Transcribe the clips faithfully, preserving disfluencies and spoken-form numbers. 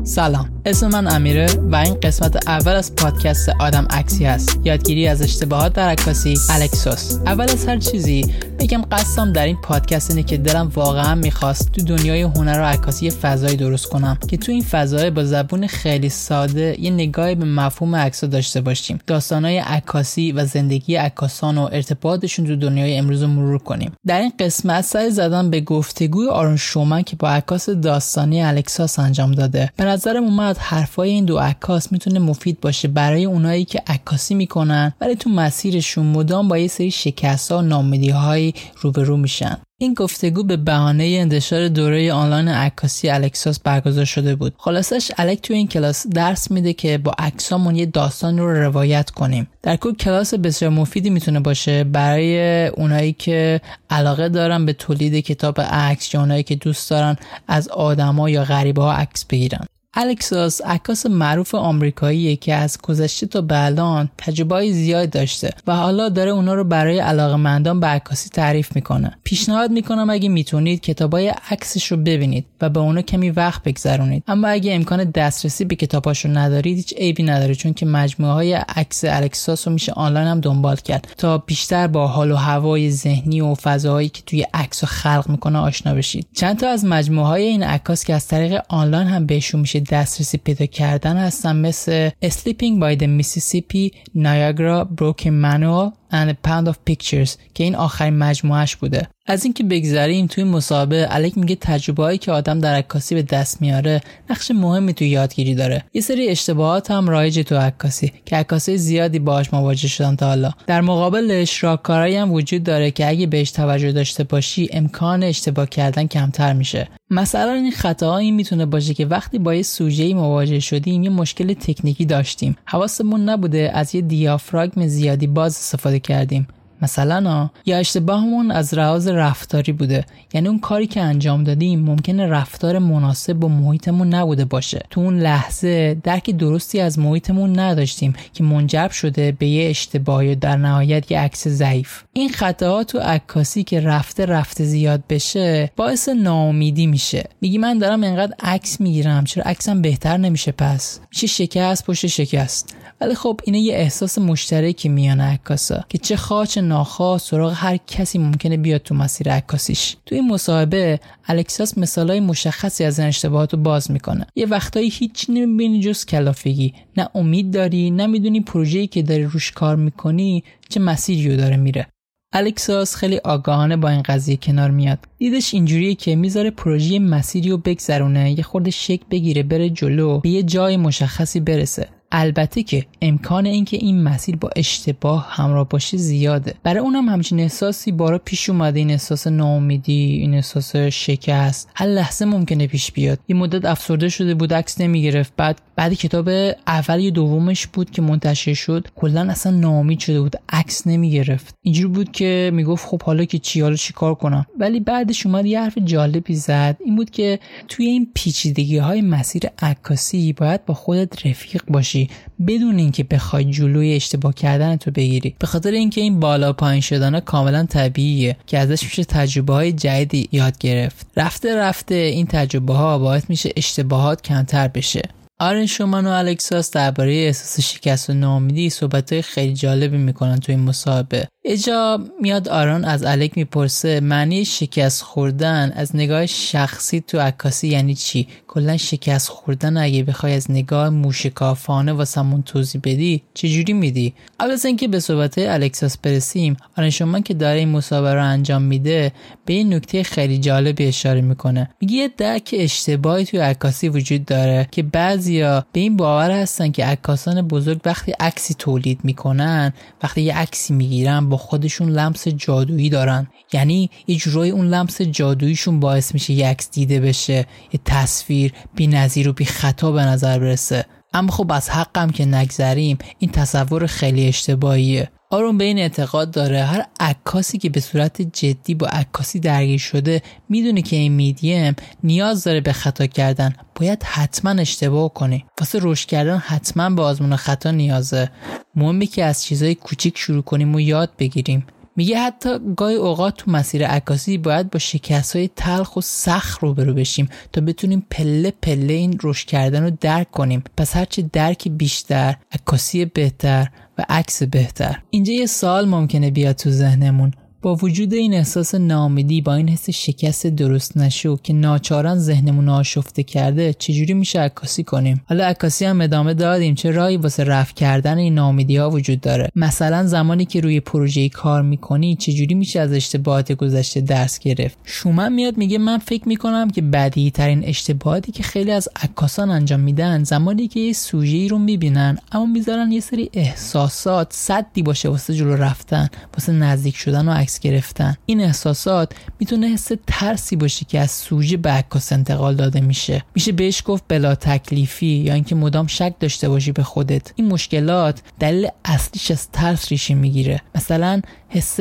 سلام، اسم من امیره و این قسمت اول از پادکست آدم عکسی هست. یادگیری از اشتباهات در عکاسی الکسوس. اول از هر چیزی بگم قصدم در این پادکست اینه که دلم واقعا میخواست تو دنیای هنر و عکاسی فضایی درست کنم که تو این فضای با زبون خیلی ساده یه نگاهی به مفهوم عکس داشته باشیم، داستانای عکاسی و زندگی عکاسان و ارتباطشون تو دنیای امروز رو مرور کنیم. در این قسمت سعی زدم به گفتگوی آرون شومن که با عکاس داستانی الکسوس انجام داده. به نظرم اومد حرفای این دو عکاس میتونه مفید باشه برای اونایی که عکاسی میکنن ولی تو مسیرشون مدام با یه سری شکست‌ها و ناامیدی‌های روبرو میشن. این گفتگو به بهانه انتشار دوره آنلاین عکاسی الکسوس برگزار شده بود. خلاصش الک تو این کلاس درس میده که با عکسامون یه داستان رو روایت کنیم. در کل کلاس بسیار مفیدی میتونه باشه برای اونایی که علاقه دارن به تولید کتاب عکس یا اونایی که دوست دارن از آدما یا غریبه‌ها عکس بگیرن. الکسوس عکاس معروف آمریکاییه که از گذشته تا به الان تجربه‌ای زیاد داشته و حالا داره اونا رو برای علاقه‌مندان به عکاسی تعریف میکنه. پیشنهاد میکنم اگه میتونید کتابای عکسش رو ببینید و به اونا کمی وقت بگذرونید. اما اگه امکان دسترسی به کتاباش رو ندارید هیچ عیبی نداره، چون که مجموعه‌های عکس الکسوس رو میشه آنلاین هم دنبال کرد تا بیشتر با حال و هوای ذهنی و فضاهایی که توی عکس خلق میکنه آشنا بشید. چند تا از مجموعه‌های این عکاس که از طریق آنلاین هم بهشون میشه دسترسی پیدا کردن هستن، مثل Sleeping by the Mississippi, Niagara, Broken Manual and a Pound of Pictures که این آخرین مجموعهش بوده. از اینکه بگذریم توی مسابقه الک میگه تجربه‌ای که آدم در عکاسی به دست میاره نقش مهمی توی یادگیری داره. یه سری اشتباهات هم رایجه تو عکاسی که عکاسای زیادی باهاش مواجه شدن تا حالا. در مقابلش راهکارهایی هم وجود داره که اگه بهش توجه داشته باشی امکان اشتباه کردن کمتر میشه. مثلا این خطاها این میتونه باشه که وقتی با یه سوژه‌ای مواجه شدیم یه مشکل تکنیکی داشتیم، حواسمون نبوده از یه دیافراگم زیادی باز استفاده کردیم مثلا، یا اشتباهمون از لحاظ رفتاری بوده، یعنی اون کاری که انجام دادیم ممکنه رفتار مناسب با محیطمون نبوده باشه. تو اون لحظه درک درستی از محیطمون نداشتیم که منجر شده به یه اشتباه یا در نهایت یه عکس ضعیف. این خطاها تو عکاسی که رفته رفته زیاد بشه باعث ناامیدی میشه. میگی من دارم اینقدر عکس میگیرم چرا عکسم بهتر نمیشه؟ پس میشه شکست پشت شکست. ولی خب اینه یه احساس مشترکی میان عکاسا که چه خواه چه ناخواه سراغ هر کسی ممکنه بیاد تو مسیر عکاسیش. تو این مصاحبه الکسوس مثالای مشخصی از این اشتباهات رو باز میکنه. یه وقتایی هیچ نمیبینی جز کلافگی، نه امید داری، نه میدونی پروژه‌ای که داری روش کار میکنی چه مسیری رو داره میره. الکسوس خیلی آگاهانه با این قضیه کنار میاد. دیدش اینجوریه که میذاره پروژه مسیری رو بگذرونه، یه خورده شکل بگیره، بره جلو، به یه جای مشخصی برسه. البته که امکان اینکه این مسیر با اشتباه همراه باشه زیاده. برای اونم همچین احساسی بارا پیش اومده، این احساس ناامیدی، این احساس شکست هر لحظه ممکنه پیش بیاد. یه مدت افسرده شده بود، عکس نمیگرفت، بعد بعد کتاب اول یا دومش بود که منتشر شد کلا اصلا ناامید شده بود، عکس نمیگرفت. اینجوری بود که میگفت خب حالا که چی، حالا چی کار کنم؟ ولی بعدش اومد یه حرف جالبی زد، این بود که توی این پیچیدگی‌های مسیر عکاسی باید با خودت رفیق باشی بدون اینکه بخوای جلوی اشتباه کردن تو بگیری، به خاطر اینکه این بالا پایین شدن کاملا طبیعیه که ازش میشه تجربه های جدیدی یاد گرفت. رفته رفته این تجربه ها باعث میشه اشتباهات کمتر بشه. آرون شومن و الکسوس درباره احساس شکست و ناامیدی صحبت‌های خیلی جالبی میکنن توی این مصاحبه. اجا میاد آرون از الک میپرسه معنی شکست خوردن از نگاه شخصی تو عکاسی یعنی چی؟ کلا شکست خوردن اگه بخوای از نگاه موشکافانه واسمون توضیح بدی چجوری میدی؟ قبل از اینکه به صحبت‌های الکسوس برسیم، آرون شومن که داره این مصاحبه رو انجام میده به این نکته خیلی جالبی اشاره میکنه. میگه یه درک اشتباهی توی عکاسی وجود داره که بعضیا به این باور هستن که عکاسان بزرگ وقتی عکسی تولید میکنن، وقتی یه عکسی میگیرن با خودشون لمس جادویی دارن، یعنی یه جورای اون لمس جادوییشون باعث میشه یه عکس دیده بشه، یه تصویر بی‌نظیر و بی خطا به نظر برسه. اما خب از حقم که نگذریم این تصور خیلی اشتباهیه. آرون به این اعتقاد داره هر عکاسی که به صورت جدی با عکاسی درگیر شده میدونه که این میدیم نیاز داره به خطا کردن، باید حتما اشتباه کنه. واسه رشد کردن حتما به آزمون خطا نیازه. مهمه که از چیزای کوچیک شروع کنیم و یاد بگیریم. میگه حتی گاهی اوقات تو مسیر عکاسی باید با شکست‌های تلخ و سخت روبرو بشیم تا بتونیم پله پله این رشد کردن رو درک کنیم. پس هرچه درک بیشتر، عکاسی بهتر و عکس بهتر. اینجا یه سوال ممکنه بیاد تو ذهنمون. با وجود این احساس ناامیدی، با این حس شکست درست نشو که ناچارن ذهنمون آشفته کرده، چجوری میشه عکاسی کنیم؟ حالا عکاسی هم ادامه دادیم، چه راهی واسه رفع کردن این ناامیدی ها وجود داره؟ مثلا زمانی که روی پروژه‌ای کار میکنی چجوری میشه از اشتباهات گذشته درس گرفت؟ شومن میاد میگه من فکر میکنم که بدیهی ترین اشتباهاتی که خیلی از عکاسان انجام میدن زمانی که یه سوژه‌ای رو میبینن اما میذارن یه سری احساسات سدی باشه واسه جلو رفتن، واسه نزدیک شدن و عکس گرفتن. این احساسات میتونه حس ترسی باشه که از سوژه به عکاس انتقال داده میشه. میشه بهش گفت بلا تکلیفی یا اینکه مدام شک داشته باشی به خودت. این مشکلات دلیل اصلیش از ترس ریشه میگیره. مثلا حس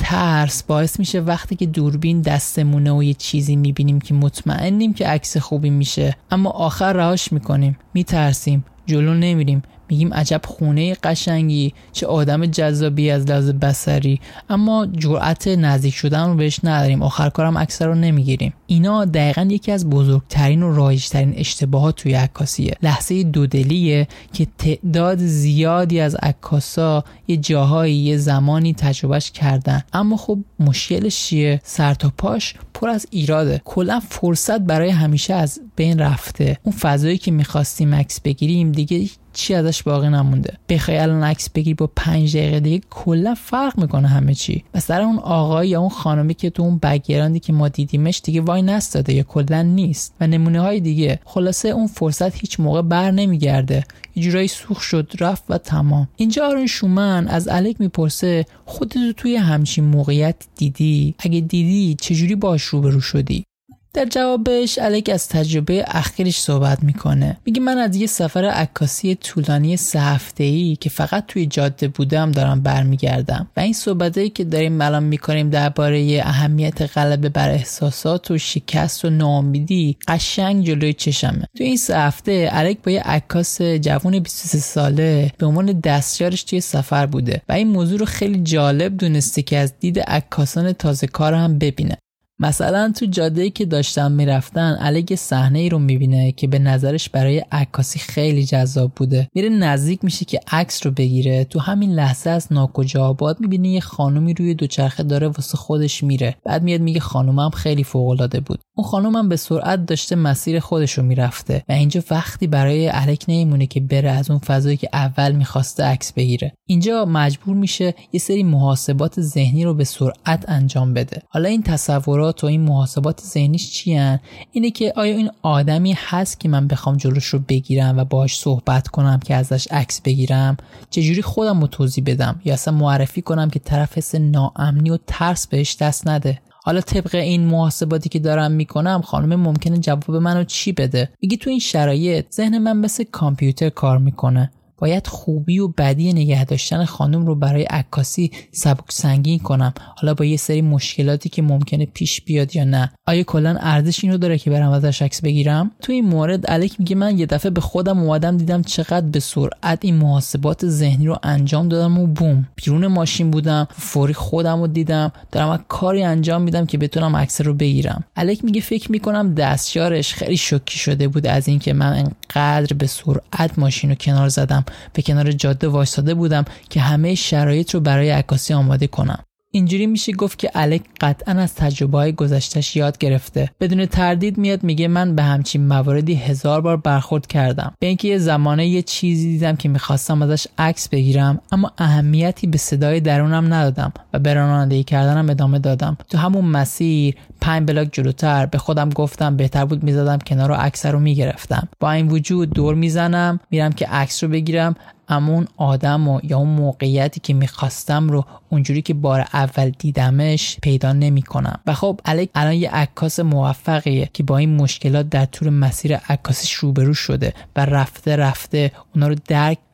ترس باعث میشه وقتی که دوربین دستمونه و یه چیزی میبینیم که مطمئنیم که عکس خوبی میشه اما آخر رهاش میکنیم، میترسیم، جلو نمیریم، میگیم عجب خونه قشنگی، چه آدم جذابی از لحاظ بصری، اما جرأت نزدیک شدن رو بهش نداریم، آخر کارم عکس رو نمیگیریم. اینا دقیقاً یکی از بزرگترین و رایج‌ترین اشتباهات توی عکاسیه. لحظه دودلیه که تعداد زیادی از عکاسا یه جاهایی یه زمانی تجربهش کردن، اما خب مشکلش چیه؟ سر تا پاش پر از ایراده. کلا فرصت برای همیشه از بین رفته. اون فضایی که می‌خواستیم عکس بگیریم دیگه چی ازش باقی نمونده. بخوای الان عکس بگیری با پنج دقیقه دیگه کلا فرق میکنه همه چی. مثلا اون آقای یا اون خانمی که تو اون بک‌گراندی که ما دیدیمش دیگه وای نستاده یا کلا نیست و نمونه های دیگه. خلاصه اون فرصت هیچ موقع بر نمیگرده. یه جورایی سوخت شد رفت و تمام. اینجا آرون شومن از الک میپرسه خودت توی همچین موقعیت دیدی؟ اگه دیدی چجوری باش روبرو شدی؟ در جوابش الک از تجربه اخیرش صحبت میکنه. میگه من از یه سفر عکاسی طولانی سه هفته‌ای که فقط توی جاده بودم دارم برمیگردم و این صحبتایی که داریم الان میکنیم درباره اهمیت غلبه بر احساسات و شکست و ناامیدی قشنگ جلوی چشمه. توی این سه هفته الک با یه عکاس جوان بیست و سه ساله به عنوان دستیارش توی سفر بوده و این موضوع رو خیلی جالب دونسته که از دید عکاسان تازه کار هم ببینه. مثلا تو جاده‌ای که داشتن میرفتن الک صحنه‌ای رو میبینه که به نظرش برای عکاسی خیلی جذاب بوده. میره نزدیک میشه که عکس رو بگیره. تو همین لحظه از ناکجا آباد میبینه یه خانومی روی دوچرخه داره واسه خودش میره. بعد میاد میگه خانومم خیلی فوق‌العاده بود. اون خانومم به سرعت داشته مسیر خودش رو میرفته و اینجا وقتی برای الک نمیمونه که بره از اون فضایی که اول میخواسته عکس بگیره. اینجا مجبور میشه یه سری محاسبات ذهنی رو به سرعت انجام بده. حالا این تصورات و این محاسبات ذهنیش چی هن؟ اینه که آیا این آدمی هست که من بخوام جلوش رو بگیرم و باهاش صحبت کنم که ازش عکس بگیرم؟ چجوری خودم رو توضیح بدم یا اصلا معرفی کنم که طرف حس ناامنی و ترس بهش دست نده؟ حالا طبق این محاسباتی که دارم میکنم خانم ممکنه جواب منو چی بده؟ میگه تو این شرایط ذهن من مثل کامپیوتر کار میکنه. باید خوبی و بدی نگه داشتن خانم رو برای عکاسی سبک سنگین کنم، حالا با یه سری مشکلاتی که ممکنه پیش بیاد یا نه. آیا کلا ارزش اینو داره که برم ازش عکس بگیرم؟ تو این مورد الک میگه من یه دفعه به خودم اومدم دیدم چقدر به سرعت این محاسبات ذهنی رو انجام دادم و بوم بیرون ماشین بودم، فوری خودم رو دیدم دارم کاری انجام میدم که بتونم عکس رو بگیرم. الک میگه فکر میکنم دستیارش خیلی شوکه شده بود از اینکه من انقدر به سرعت ماشین رو کنار زدم، به کنار جاده وایساده بودم که همه شرایط رو برای عکاسی آماده کنم. اینجوری میشه گفت که الک قطعاً از تجربه‌های گذشته‌اش یاد گرفته. بدون تردید میاد میگه من به همچین مواردی هزار بار برخورد کردم. به اینکه یه زمانه یه چیزی دیدم که میخواستم ازش عکس بگیرم اما اهمیتی به صدای درونم ندادم و به رانندگی کردنم ادامه دادم. تو همون مسیر پنج بلاک جلوتر به خودم گفتم بهتر بود میزدم کنار و عکس رو میگرفتم. با این وجود دور میزنم میرم که عکس رو بگیرم اما اون آدم و یا اون موقعیتی که میخواستم رو اونجوری که بار اول دیدمش پیدا نمی کنم. و خب الک الان یه عکاس موفقیه که با این مشکلات در طول مسیر عکاسیش روبرو شده و رفته رفته اونا رو درک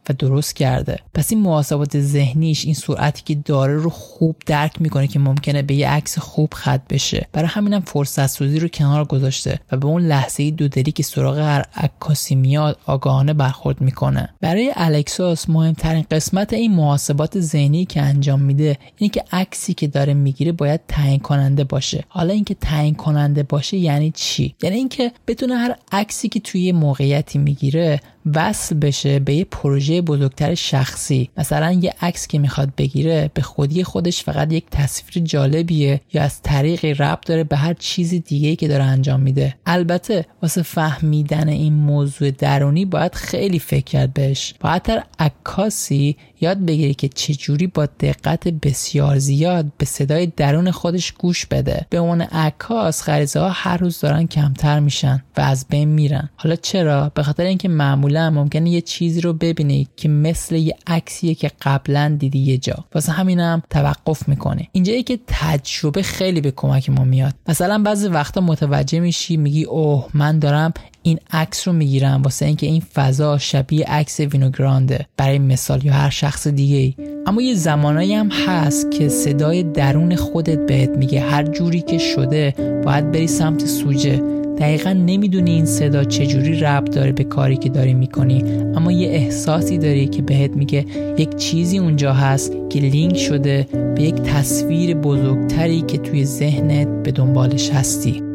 و درست کرده. پس این محاسبات ذهنیش این سرعتی که داره رو خوب درک میکنه که ممکنه به یه عکس خوب ختم بشه. برای همینم فرصت سازی رو کنار گذاشته و به اون لحظه دودلی که سراغ هر عکاسی میاد آگاهانه برخورد میکنه. برای الکسوس مهمترین قسمت این محاسبات ذهنی که انجام میده اینه که عکسی که داره میگیره باید تعیین کننده باشه. حالا اینکه تعیین کننده باشه یعنی چی؟ یعنی اینکه بتونه هر عکسی که توی موقعیتی میگیره وصل بشه به یه پروژه بزرگتر شخصی. مثلا یه عکس که میخواد بگیره به خودی خودش فقط یک تصویر جالبیه یا از طریقی ربط داره به هر چیز دیگه‌ای که داره انجام میده. البته واسه فهمیدن این موضوع درونی باید خیلی فکر کرد بهش. باید هر عکاسی یاد بگیری که چجوری با دقت بسیار زیاد به صدای درون خودش گوش بده. به عنوان عکاس غریزه ها هر روز دارن کمتر میشن و از بین میرن. حالا چرا؟ به خاطر اینکه معمولا ممکنه یه چیزی رو ببینی که مثل یه عکسیه که قبلا دیدی یه جا، واسه همینم توقف میکنه. اینجایی که تجربه خیلی به کمک ما میاد. مثلا بعضی وقتا متوجه میشی میگی اوه من دارم این عکس رو میگیرم واسه اینکه این فضا شبیه عکس وینوگرانده برای مثال یا هر شخص دیگه ای. اما یه زمانایی هم هست که صدای درون خودت بهت میگه هر جوری که شده باید بری سمت سوژه. دقیقا نمیدونی این صدا چجوری ربط داره به کاری که داری میکنی، اما یه احساسی داری که بهت میگه یک چیزی اونجا هست که لینک شده به یک تصویر بزرگتری که توی ذهنت به دنبالش هستی.